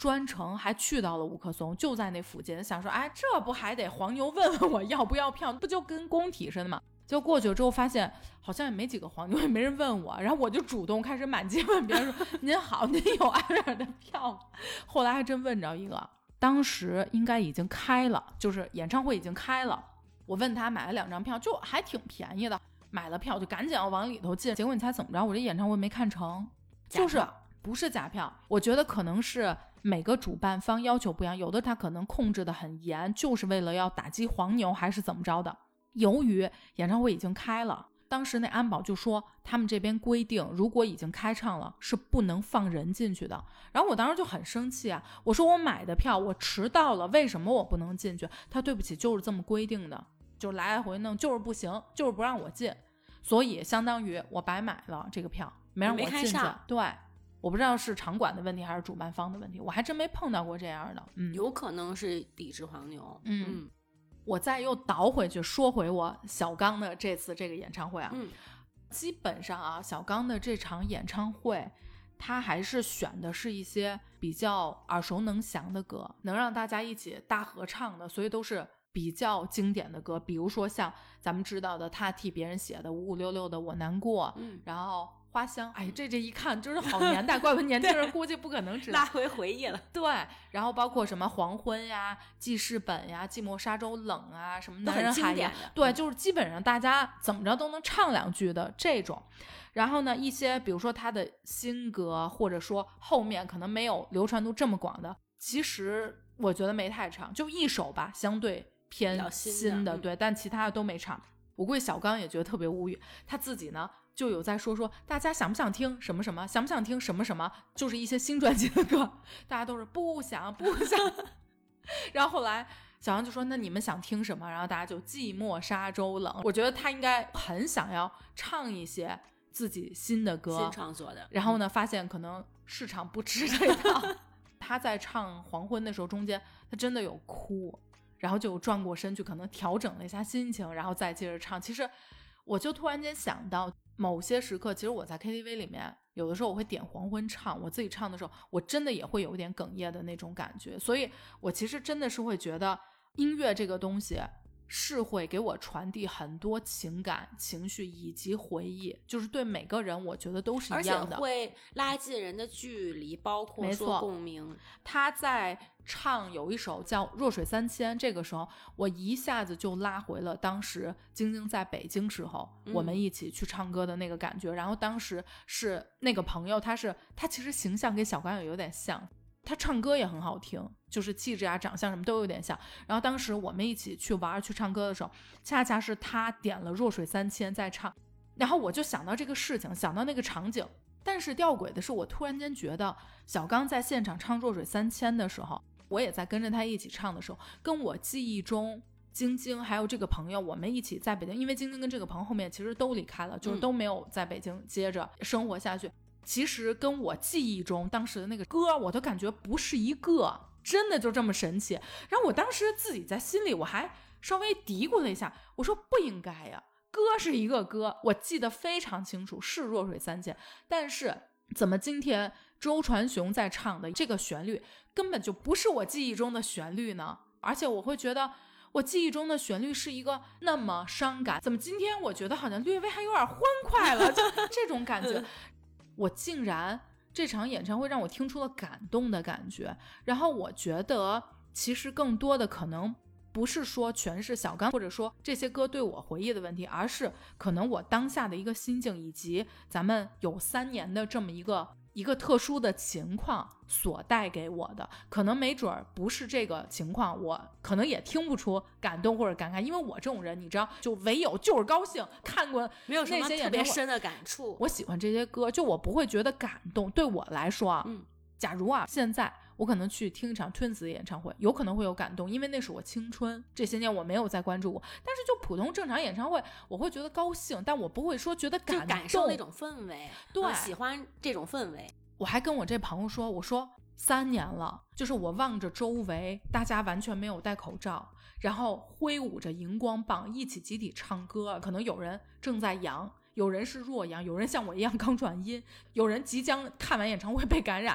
专程还去到了五棵松，就在那附近，想说哎，这不还得黄牛问问我要不要票，不就跟工体似的吗？就过去了之后发现好像也没几个黄牛，也没人问我，然后我就主动开始满街问别人说您好，您有艾薇儿的票吗？后来还真问着一个，当时应该已经开了，就是演唱会已经开了，我问他买了2张票，就还挺便宜的，买了票就赶紧要往里头进，结果你猜怎么着？我这演唱会没看成，就是不是假票。我觉得可能是每个主办方要求不一样，有的他可能控制的很严，就是为了要打击黄牛还是怎么着的。由于演唱会已经开了，当时那安保就说他们这边规定如果已经开唱了是不能放人进去的。然后我当时就很生气啊，我说我买的票我迟到了，为什么我不能进去？他对不起，就是这么规定的，就来回弄，就是不行，就是不让我进，所以相当于我白买了这个票，没让我进去。对，我不知道是场馆的问题还是主办方的问题，我还真没碰到过这样的。 有可能是抵制黄牛。 我再又倒回去说回我小刚的这次这个演唱会啊，基本上啊，小刚的这场演唱会他还是选的是一些比较耳熟能详的歌，能让大家一起大合唱的，所以都是比较经典的歌，比如说像咱们知道的他替别人写的五五六六的我难过，然后花香，哎，这一看就是好年代，怪不得年轻人估计不可能知道， 拉回回忆了。 对，然后包括什么黄昏呀、记事本呀、寂寞沙洲冷啊，什么男人海呀，对，就是基本上大家怎么着都能唱2句的这种。然后呢，一些比如说他的新歌，或者说后面可能没有流传度这么广的，其实我觉得没太唱，就一首吧，相对偏新的，对，但其他的都没唱。我估计小刚也觉得特别无语，他自己呢就有在说大家想不想听什么什么，想不想听什么什么，就是一些新专辑的歌，大家都是不想然后后来小刚就说那你们想听什么，然后大家就寂寞沙洲冷。我觉得他应该很想要唱一些自己新的歌， 新创作的， 然后呢发现可能市场不吃这套他在唱黄昏的时候中间他真的有哭，然后就转过身去可能调整了一下心情，然后再接着唱。其实我就突然间想到某些时刻，其实我在 KTV 里面有的时候我会点黄昏唱，我自己唱的时候我真的也会有点哽咽的那种感觉。所以我其实真的是会觉得音乐这个东西是会给我传递很多情感情绪以及回忆，就是对每个人我觉得都是一样的， 而且会拉近人的距离，包括说共鸣。 他在唱有一首叫弱水三千，这个时候我一下子就拉回了当时晶晶在北京时候我们一起去唱歌的那个感觉。然后当时是那个朋友，他其实形象跟小刚也有点像，他唱歌也很好听，就是气质啊长相什么都有点像。然后当时我们一起去玩去唱歌的时候，恰恰是他点了弱水三千在唱，然后我就想到这个事情，想到那个场景。但是吊诡的是，我突然间觉得小刚在现场唱弱水三千的时候，我也在跟着他一起唱的时候，跟我记忆中晶晶还有这个朋友我们一起在北京，因为晶晶跟这个朋友后面其实都离开了，就是都没有在北京接着生活下去，其实跟我记忆中当时的那个歌我都感觉不是一个，真的就这么神奇。然后我当时自己在心里我还稍微嘀咕了一下，我说不应该呀，歌是一个歌，我记得非常清楚是弱水三千，但是怎么今天周传雄在唱的这个旋律根本就不是我记忆中的旋律呢？而且我会觉得我记忆中的旋律是一个那么伤感，怎么今天我觉得好像略微还有点欢快了，就这种感觉我竟然这场演唱会让我听出了感动的感觉。然后我觉得其实更多的可能不是说全是小刚或者说这些歌对我回忆的问题，而是可能我当下的一个心境，以及咱们有3年的这么一个特殊的情况所带给我的。可能没准不是这个情况，我可能也听不出感动或者感慨，因为我这种人你知道，就唯有就是高兴，看过没有什么特别深的感触， 我喜欢这些歌，就我不会觉得感动。对我来说啊，假如啊现在我可能去听一场 Twins 的演唱会，有可能会有感动，因为那是我青春，这些年我没有再关注过。但是就普通正常演唱会我会觉得高兴，但我不会说觉得感动， 就感受那种氛围， 对， 喜欢这种氛围。 我还跟我这朋友说，我说3年了，就是我望着周围大家完全没有戴口罩，然后挥舞着荧光棒一起集体唱歌，可能有人正在阳，有人是弱阳，有人像我一样刚转阴，有人即将看完演唱会被感染。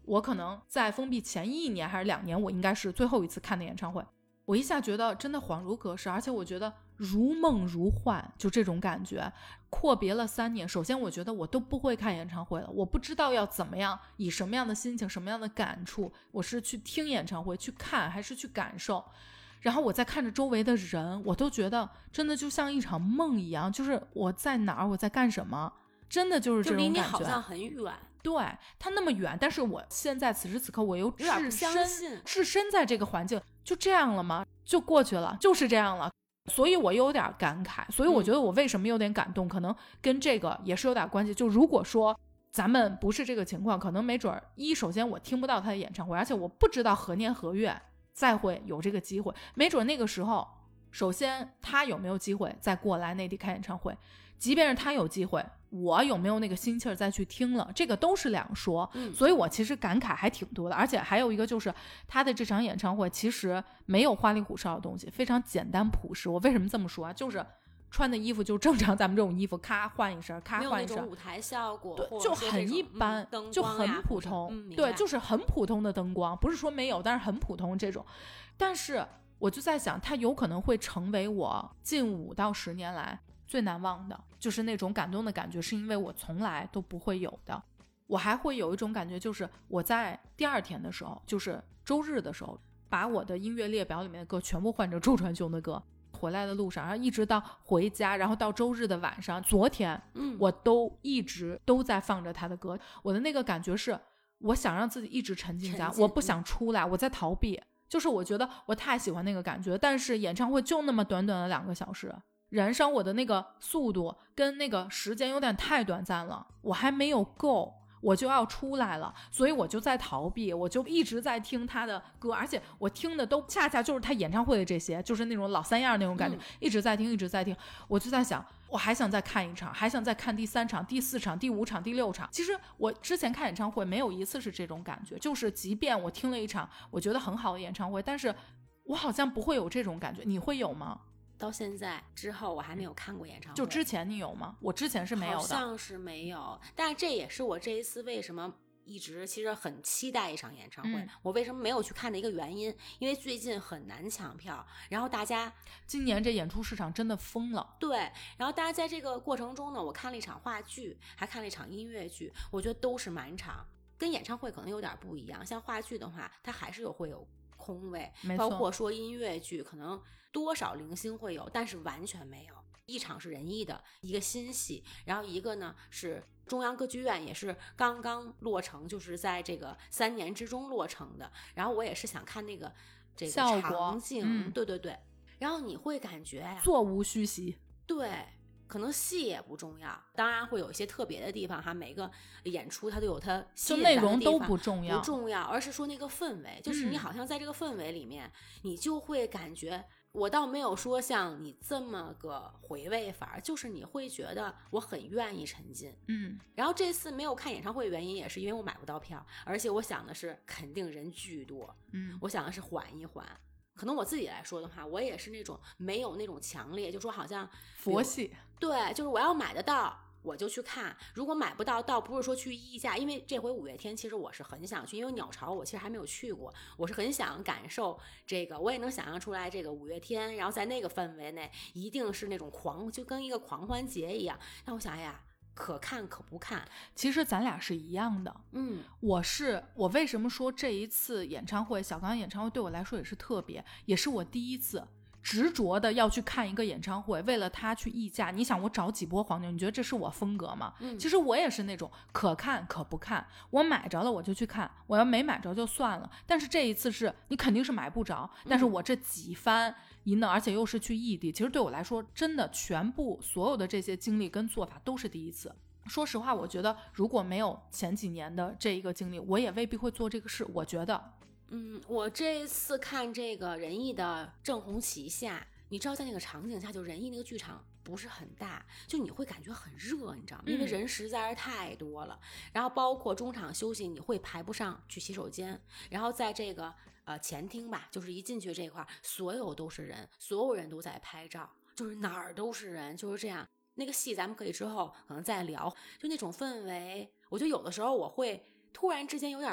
我可能在封闭前1年还是2年，我应该是最后一次看的演唱会，我一下觉得真的恍如隔世，而且我觉得如梦如幻，就这种感觉。阔别了3年，首先我觉得我都不会看演唱会了，我不知道要怎么样，以什么样的心情，什么样的感触，我是去听演唱会去看还是去感受。然后我在看着周围的人，我都觉得真的就像一场梦一样，就是我在哪儿，我在干什么，真的就是这种感觉。 就离你好像很远， 对，它那么远，但是我现在此时此刻我又置身在这个环境，就这样了吗？就过去了，就是这样了。所以我有点感慨，所以我觉得我为什么有点感动，可能跟这个也是有点关系。就如果说咱们不是这个情况，可能没准首先我听不到他的演唱会，而且我不知道何年何月再会有这个机会，没准那个时候，首先他有没有机会再过来内地开演唱会，即便是他有机会，我有没有那个心气儿再去听了，这个都是两说。所以我其实感慨还挺多的，而且还有一个就是他的这场演唱会其实没有花里胡哨的东西，非常简单朴实。我为什么这么说啊？就是穿的衣服就正常，咱们这种衣服咔换一身，咔换一身， 没有那种舞台效果， 对，就很一般，就很普通，对，就是很普通的灯光，不是说没有，但是很普通这种。但是我就在想，它有可能会成为我近5到10年来最难忘的，就是那种感动的感觉，是因为我从来都不会有的。我还会有一种感觉，就是我在第2天的时候，就是周日的时候，把我的音乐列表里面的歌全部换成周传雄的歌，回来的路上，然后一直到回家，然后到周日的晚上，昨天我都一直都在放着他的歌。我的那个感觉是，我想让自己一直沉浸家，我不想出来，我在逃避，就是我觉得我太喜欢那个感觉，但是演唱会就那么短短的2个小时，燃烧我的那个速度跟那个时间有点太短暂了，我还没有够，我就要出来了，所以我就在逃避，我就一直在听他的歌，而且我听的都恰恰就是他演唱会的这些，就是那种老三样那种感觉，一直在听一直在听。我就在想，我还想再看一场，还想再看第3场第4场第5场第6场。其实我之前看演唱会没有一次是这种感觉，就是即便我听了一场我觉得很好的演唱会，但是我好像不会有这种感觉。你会有吗？ 到现在之后我还没有看过演唱会。 就之前你有吗？我之前是没有的， 好像是没有，但这也是我这一次为什么一直其实很期待一场演唱会，我为什么没有去看的一个原因，因为最近很难抢票，然后大家今年这演出市场真的疯了。 对，然后大家在这个过程中呢，我看了一场话剧，还看了一场音乐剧，我觉得都是满场，跟演唱会可能有点不一样。像话剧的话，它还是会有空位，包括说音乐剧可能多少零星会有，但是完全没有。一场是仁义的一个新戏，然后一个呢是中央歌剧院，也是刚刚落成，就是在这个3年之中落成的。然后我也是想看那个这个场景，对对对。然后你会感觉呀， 座无虚席。 对，可能戏也不重要，当然会有一些特别的地方哈，每个演出它都有它吸引咱的地方， 就内容都不重要， 不重要，而是说那个氛围，就是你好像在这个氛围里面，你就会感觉。我倒没有说像你这么个回味法，就是你会觉得我很愿意沉浸。然后这次没有看演唱会的原因也是因为我买不到票，而且我想的是肯定人巨多，我想的是缓一缓。可能我自己来说的话，我也是那种没有那种强烈，就说好像佛系， 对，就是我要买得到我就去看，如果买不到，倒不是说去溢价，因为这回5月天其实我是很想去，因为鸟巢我其实还没有去过，我是很想感受这个，我也能想象出来这个5月天，然后在那个氛围内一定是那种就跟一个狂欢节一样。那我想呀，可看可不看。 其实咱俩是一样的，我为什么说这一次演唱会，小刚演唱会对我来说也是特别，也是我第一次执着的要去看一个演唱会，为了他去议价。你想我找几波黄牛，你觉得这是我风格吗？其实我也是那种可看可不看，我买着了我就去看，我要没买着就算了。但是这一次是你肯定是买不着，但是我这几番一弄，而且又是去异地，其实对我来说真的全部所有的这些经历跟做法都是第一次。说实话，我觉得如果没有前几年的这一个经历，我也未必会做这个事。我觉得我这次看这个仁义的正红旗下，你知道在那个场景下，就仁义那个剧场不是很大，就你会感觉很热，你知道吗？因为人实在是太多了，然后包括中场休息你会排不上去洗手间，然后在这个前厅吧，就是一进去这块所有都是人，所有人都在拍照，就是哪儿都是人，就是这样。那个戏咱们可以之后可能再聊，就那种氛围，我觉得有的时候我会突然之间有点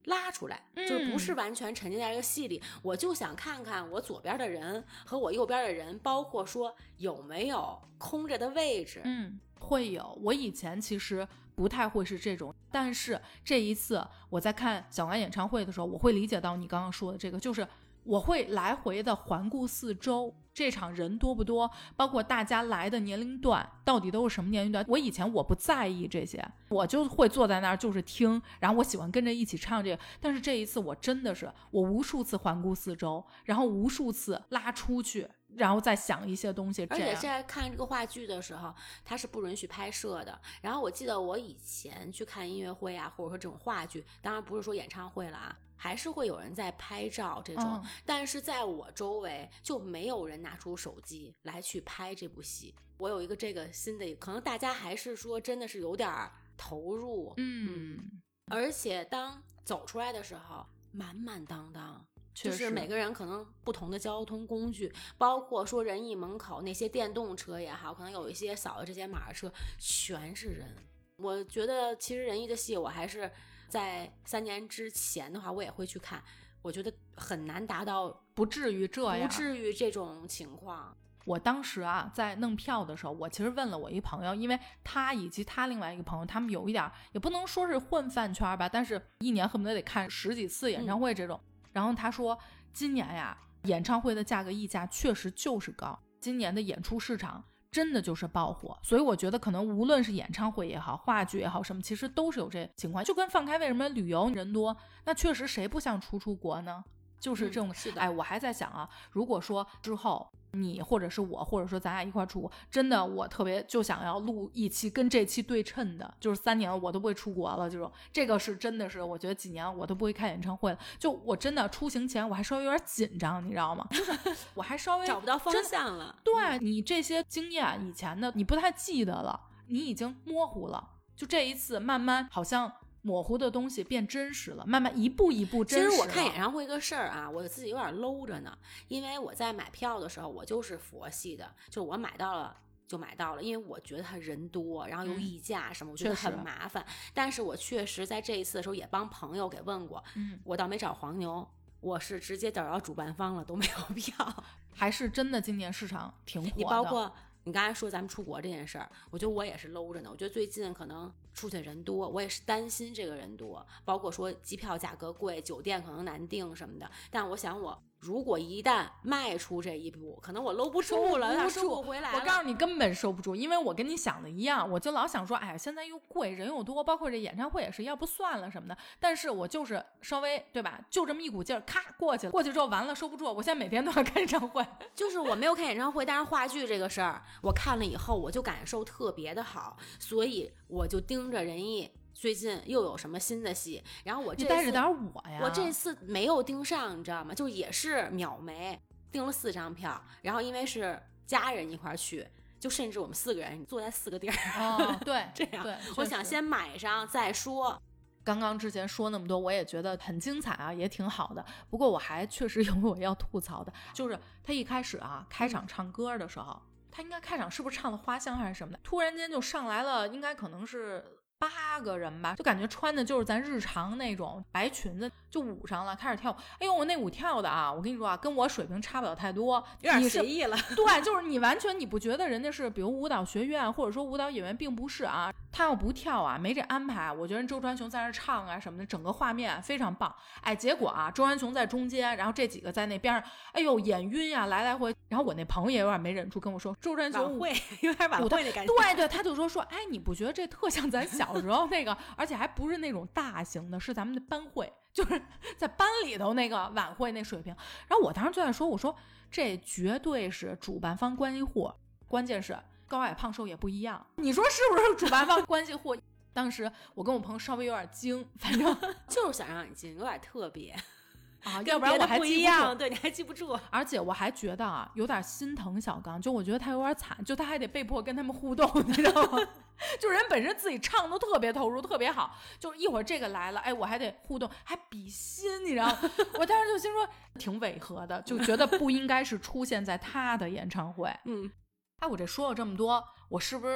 拉出来，就是不是完全沉浸在这个戏里，我就想看看我左边的人和我右边的人，包括说有没有空着的位置。 会有。我以前其实不太会是这种，但是这一次我在看小安演唱会的时候，我会理解到你刚刚说的这个，就是我会来回的环顾四周，这场人多不多，包括大家来的年龄段到底都是什么年龄段。我以前我不在意这些，我就会坐在那儿就是听，然后我喜欢跟着一起唱这个。但是这一次我真的是我无数次环顾四周，然后无数次拉出去，然后再想一些东西。 而且在看这个话剧的时候它是不允许拍摄的。然后我记得我以前去看音乐会啊，或者说这种话剧，当然不是说演唱会了啊，还是会有人在拍照这种，但是在我周围就没有人拿出手机来去拍这部戏。我有一个这个新的，可能大家还是说真的是有点投入。而且当走出来的时候满满当当，就是每个人可能不同的交通工具，包括说仁义门口那些电动车也好，可能有一些扫的这些马车全是人。我觉得其实仁义的戏我还是在3年之前的话我也会去看，我觉得很难达到不至于这种情况。 我当时啊在弄票的时候，我其实问了我一朋友，因为他以及他另外一个朋友，他们有一点也不能说是混饭圈吧，但是一年恨不得得看10几次演唱会这种。然后他说今年呀演唱会的价格溢价确实就是高，今年的演出市场真的就是爆火。所以我觉得可能无论是演唱会也好，话剧也好，什么其实都是有这情况。就跟放开为什么旅游人多，那确实谁不想出国呢？就是这种。 是的。 哎，我还在想啊，如果说之后你或者是我，或者说咱俩一块出国，真的我特别就想要录一期跟这期对称的，就是3年我都不会出国了这种。这个是真的是我觉得几年我都不会开演唱会了，就我真的出行前我还稍微有点紧张，你知道吗？就是我还稍微找不到方向了。 对，你这些经验以前的你不太记得了，你已经模糊了，就这一次慢慢好像模糊的东西变真实了，慢慢一步一步真实了。 其实我看演唱会个事儿啊，我自己有点搂着呢，因为我在买票的时候我就是佛系的，就是我买到了就买到了，因为我觉得他人多，然后又溢价什么，我觉得很麻烦。但是我确实在这一次的时候也帮朋友给问过，我倒没找黄牛，我是直接找到主办方了，都没有票。 还是真的今年市场挺火的。 你包括你刚才说咱们出国这件事儿，我觉得我也是搂着呢。我觉得最近可能出去人多，我也是担心这个人多，包括说机票价格贵，酒店可能难订什么的。但我想我如果一旦迈出这一步，可能我搂不住了，收不回来了。 我告诉你根本收不住，因为我跟你想的一样，我就老想说，哎，现在又贵，人又多，包括这演唱会也是，要不算了什么的。但是我就是稍微对吧，就这么一股劲儿，咔过去了，过去之后完了收不住，我现在每天都要看演唱会。 就是我没有看演唱会，但是话剧这个事儿，我看了以后我就感受特别的好，所以我就盯着仁义最近又有什么新的戏，然后我这次你带着点我呀， 我这次没有盯上，你知道吗？就也是秒没，订了4张票，然后因为是家人一块去，就甚至我们4个人坐在4个地儿， 对， 这样对， 我想先买上再说。 刚刚之前说那么多，我也觉得很精彩啊，也挺好的。不过我还确实有我要吐槽的，就是他一开始啊，开场唱歌的时候，他应该开场是不是唱了花香还是什么的，突然间就上来了，应该可能是8个人吧，就感觉穿的就是咱日常那种白裙子，就舞上了，开始跳舞。哎呦，我那舞跳的啊，我跟你说啊，跟我水平差不了太多， 有点随意了。 对，就是你完全你不觉得人家是比如舞蹈学院或者说舞蹈演员，并不是啊。他要不跳啊，没这安排，我觉得周传雄在那唱啊什么的，整个画面非常棒。哎，结果啊，周传雄在中间，然后这几个在那边上，哎呦眼晕呀，来来回。然后我那朋友也有点没忍住跟我说，周传雄会有点晚会的感觉。 对对，他就说，哎，你不觉得这特像咱小时候那个，而且还不是那种大型的，是咱们的班会，就是在班里头那个晚会那水平。然后我当时就在说，我说这绝对是主办方关系户，关键是高矮胖瘦也不一样，你说是不是主办方关系户？当时我跟我朋友稍微有点惊，反正就是想让你惊，有点特别啊，要不然我还记不住。 对，你还记不住。 而且我还觉得啊，有点心疼小刚，就我觉得他有点惨，就他还得被迫跟他们互动，你知道吗？就人本身自己唱都特别投入，特别好，就是一会儿这个来了，哎，我还得互动，还比心，你知道吗？我当时就心说挺违和的，就觉得不应该是出现在他的演唱会。 嗯。 哎，我这说了这么多，我是不是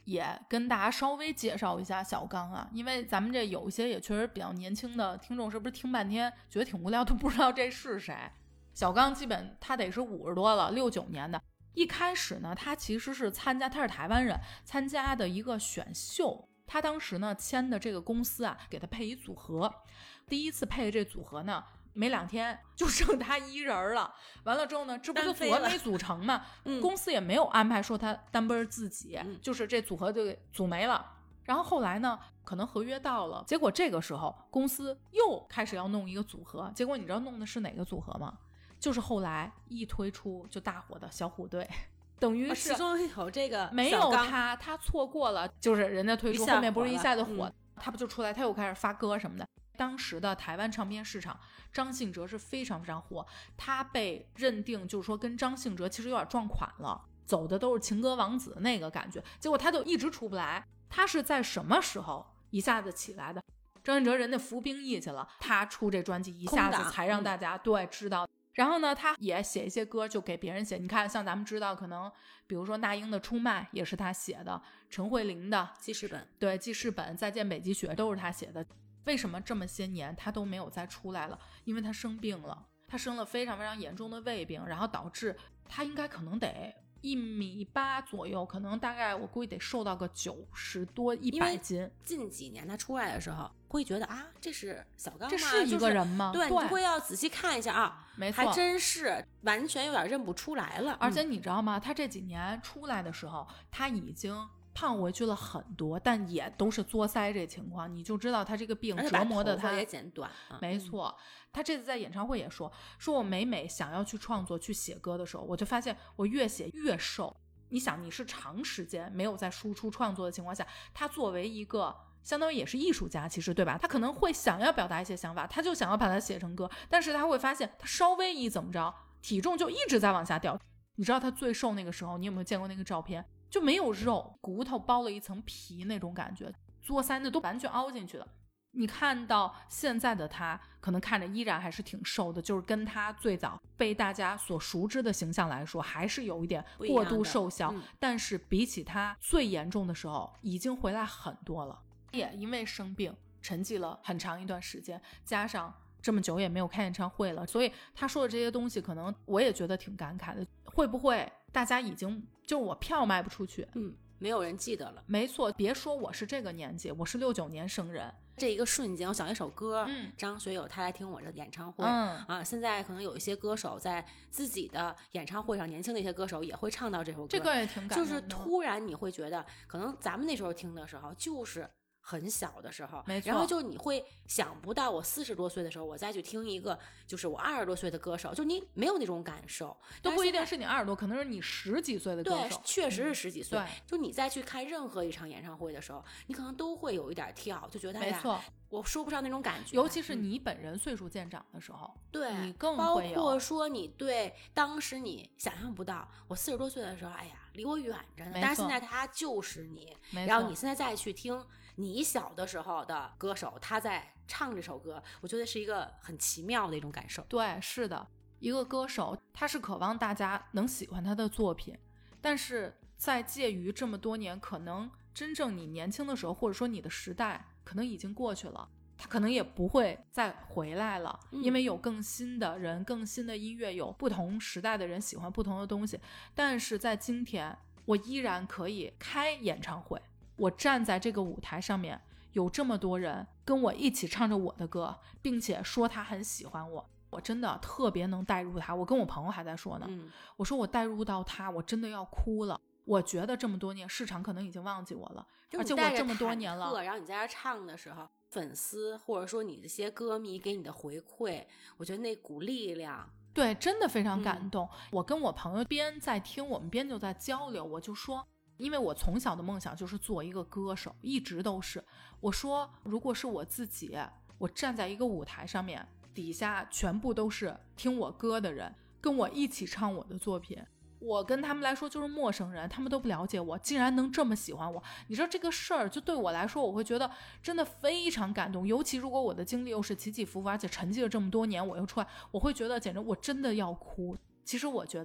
也跟大家稍微介绍一下小刚啊，因为咱们这有一些也确实比较年轻的听众，是不是听半天觉得挺无聊，都不知道这是谁？小刚基本他得是50多了，69年的。一开始呢，他其实是他是台湾人，参加的一个选秀。他当时呢签的这个公司啊，给他配一组合。第一次配的这组合呢，没2天就剩他一人了。完了之后呢，这不就组合没组成嘛？公司也没有安排说他单奔自己，就是这组合就给组没了。然后后来呢，可能合约到了，结果这个时候公司又开始要弄一个组合。结果你知道弄的是哪个组合吗？就是后来一推出就大火的小虎队。等于是其中有这个没有他错过了，就是人家推出后面不是一下就火，他不就出来，他又开始发歌什么的。当时的台湾唱片市场，张信哲是非常非常火，他被认定就是说跟张信哲其实有点撞款了，走的都是情歌王子那个感觉，结果他就一直出不来。他是在什么时候一下子起来的？张信哲人家服兵役去了，他出这专辑一下子才让大家对知道。然后呢，他也写一些歌，就给别人写。你看，像咱们知道，可能比如说那英的《出卖》也是他写的，陈慧琳的记事本， 对，记事本、再见北极雪都是他写的。为什么这么些年他都没有再出来了？因为他生病了，他生了非常非常严重的胃病，然后导致他应该可能得1.8米左右，可能大概我估计得瘦到个90多100斤。 近几年他出来的时候，会觉得啊，这是小刚吗？ 这是一个人吗？ 对，你就会要仔细看一下啊， 没错， 还真是完全有点认不出来了。 而且你知道吗？他这几年出来的时候，他已经胖回去了很多，但也都是作腮这情况，你就知道他这个病折磨的他也剪短。 没错，他这次在演唱会也说我每想要去创作去写歌的时候，我就发现我越写越瘦。你想，你是长时间没有在输出创作的情况下，他作为一个相当于也是艺术家，其实对吧？他可能会想要表达一些想法，他就想要把它写成歌，但是他会发现他稍微一怎么着，体重就一直在往下掉。你知道他最瘦那个时候，你有没有见过那个照片？就没有肉，骨头包了一层皮那种感觉，作腮那都完全凹进去了。你看到现在的他，可能看着依然还是挺瘦的，就是跟他最早被大家所熟知的形象来说，还是有一点过度瘦小。但是比起他最严重的时候，已经回来很多了。也因为生病沉寂了很长一段时间，加上这么久也没有开演唱会了，所以他说的这些东西，可能我也觉得挺感慨的。会不会大家已经就是我票卖不出去， 没有人记得了。 没错，别说我是这个年纪，我是69年生人， 这一个瞬间我想一首歌，张学友他来听我的演唱会，现在可能有一些歌手在自己的演唱会上，年轻的一些歌手也会唱到这首歌， 这个也挺感动的。 就是突然你会觉得，可能咱们那时候听的时候就是很小的时候， 没错， 然后就你会想不到我40多岁的时候，我再去听一个就是我20多岁的歌手，就你没有那种感受， 都不一定是你20多，可能是你10几岁的歌手， 对，确实是10几岁。 就你再去看任何一场演唱会的时候，你可能都会有一点跳，就觉得没错， 我说不上那种感觉。 尤其是你本人岁数渐长的时候， 对， 你更会有， 包括说你对当时你想象不到，我40多岁的时候，哎呀，离我远着呢，但是现在他就是你，然后你现在再去听你小的时候的歌手，他在唱这首歌，我觉得是一个很奇妙的一种感受。 对，是的，一个歌手他是渴望大家能喜欢他的作品，但是在介于这么多年，可能真正你年轻的时候，或者说你的时代可能已经过去了，他可能也不会再回来了，因为有更新的人，更新的音乐，有不同时代的人喜欢不同的东西。但是在今天，我依然可以开演唱会，我站在这个舞台上面，有这么多人跟我一起唱着我的歌，并且说他很喜欢我，我真的特别能带入他。我跟我朋友还在说呢，我说我带入到他，我真的要哭了。我觉得这么多年市场可能已经忘记我了，而且我这么多年了， 然后你在这唱的时候，粉丝或者说你这些歌迷给你的回馈，我觉得那股力量， 对，真的非常感动。我跟我朋友边在听，我们边就在交流，我就说，因为我从小的梦想就是做一个歌手，一直都是。我说，如果是我自己，我站在一个舞台上面，底下全部都是听我歌的人，跟我一起唱我的作品，我跟他们来说就是陌生人，他们都不了解我，竟然能这么喜欢我。你知道这个事儿，就对我来说，我会觉得真的非常感动。尤其如果我的经历又是起起伏伏，而且沉寂了这么多年，我又出来，我会觉得简直我真的要哭。其实我觉得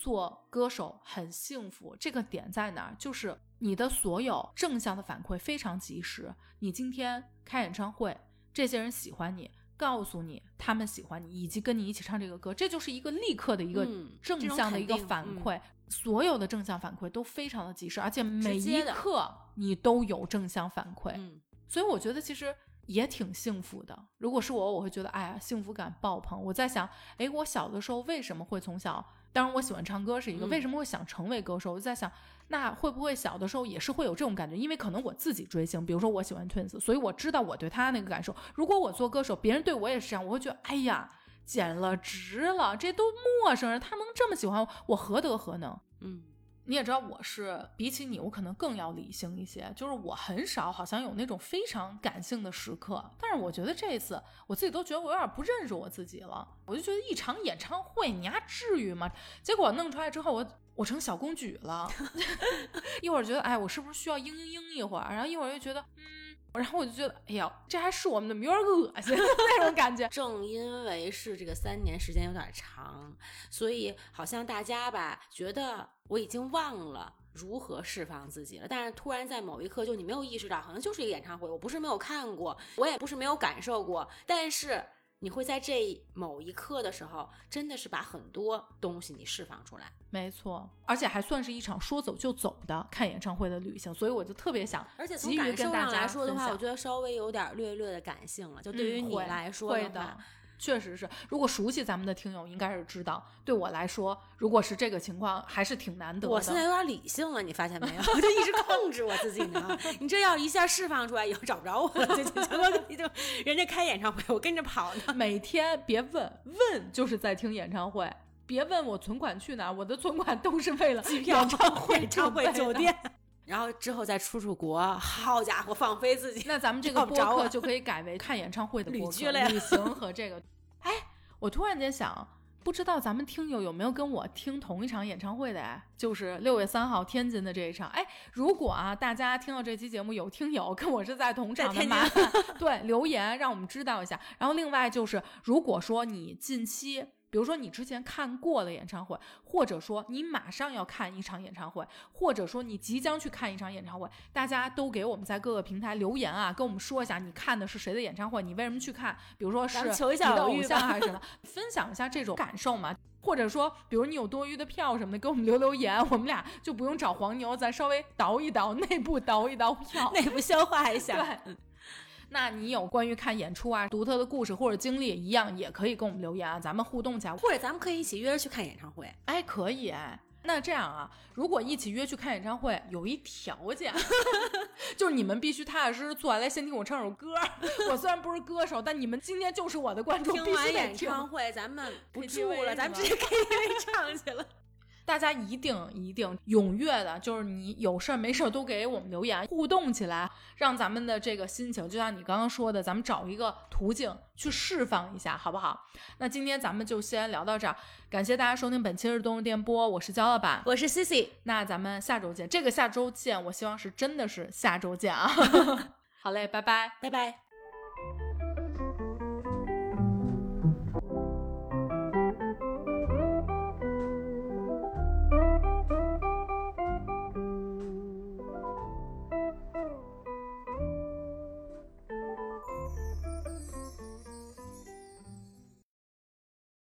做歌手很幸福，这个点在哪儿？就是你的所有正向的反馈非常及时。你今天开演唱会，这些人喜欢你，告诉你他们喜欢你，以及跟你一起唱这个歌，这就是一个立刻的一个正向的一个反馈。所有的正向反馈都非常的及时，而且每一刻你都有正向反馈。所以我觉得其实也挺幸福的。如果是我会觉得哎呀，幸福感爆棚。我在想，我小的时候为什么会从小，当然我喜欢唱歌是一个，为什么会想成为歌手？我就在想，那会不会小的时候也是会有这种感觉？因为可能我自己追星，比如说我喜欢 Twins， 所以我知道我对他那个感受。如果我做歌手，别人对我也是这样，我会觉得哎呀，简了值了，这都陌生人，他能这么喜欢我何德何能？你也知道我是比起你我可能更要理性一些，就是我很少好像有那种非常感性的时刻。但是我觉得这一次我自己都觉得我有点不认识我自己了。我就觉得一场演唱会你还至于吗？结果弄出来之后我成小公举了一会儿觉得哎，我是不是需要嘤一会儿，然后一会儿又觉得然后我就觉得哎呀，这还是我们的有点恶心那种感觉。 正因为是这个3年时间有点长，所以好像大家吧觉得我已经忘了如何释放自己了，但是突然在某一刻就你没有意识到，好像就是一个演唱会，我不是没有看过，我也不是没有感受过，但是你会在这某一刻的时候真的是把很多东西你释放出来。 没错，而且还算是一场说走就走的看演唱会的旅行，所以我就特别想而且从感受上来说的话，我觉得稍微有点略的感性了，就对于你来说会的确实是，如果熟悉咱们的听友应该是知道，对我来说如果是这个情况还是挺难得的。 我现在有点理性了，你发现没有？我就一直控制我自己呢你这要一下释放出来以后找不着我了就人家开演唱会我跟着跑呢。 每天别问就是在听演唱会，别问我存款去哪，我的存款都是为了机票、演唱会、酒店然后之后再出国，好家伙放飞自己。 那咱们这个播客就可以改为看演唱会的播客，旅行和这个哎，我突然间想，不知道咱们听友有没有跟我听同一场演唱会的哎，就是6月3号天津的这一场。哎，如果大家听到这期节目有听友跟我是在同场的，麻烦对留言让我们知道一下。然后另外就是如果说你近期比如说你之前看过了演唱会，或者说你马上要看一场演唱会，或者说你即将去看一场演唱会，大家都给我们在各个平台留言跟我们说一下你看的是谁的演唱会，你为什么去看，比如说是你的偶像还是什么分享一下这种感受嘛。或者说比如你有多余的票什么的给我们留言，我们俩就不用找黄牛，咱稍微倒一倒，内部倒一倒票， 内部消化一下。 对，那你有关于看演出独特的故事或者经历一样也可以跟我们留言咱们互动起来， 或者咱们可以一起约着去看演唱会。 哎，可以那这样如果一起约去看演唱会有一条件就是你们必须踏踏实实坐下来先听我唱首歌我虽然不是歌手，但你们今天就是我的观众， 听完演唱会咱们不住了，咱们直接 KTV 唱去了大家一定踊跃的，就是你有事没事都给我们留言互动起来，让咱们的这个心情就像你刚刚说的，咱们找一个途径去释放一下好不好？那今天咱们就先聊到这儿，感谢大家收听本期日东日电波，我是焦老板， 我是 Cici， 那咱们下周见，这个下周见我希望是真的是下周见好嘞，拜拜拜拜。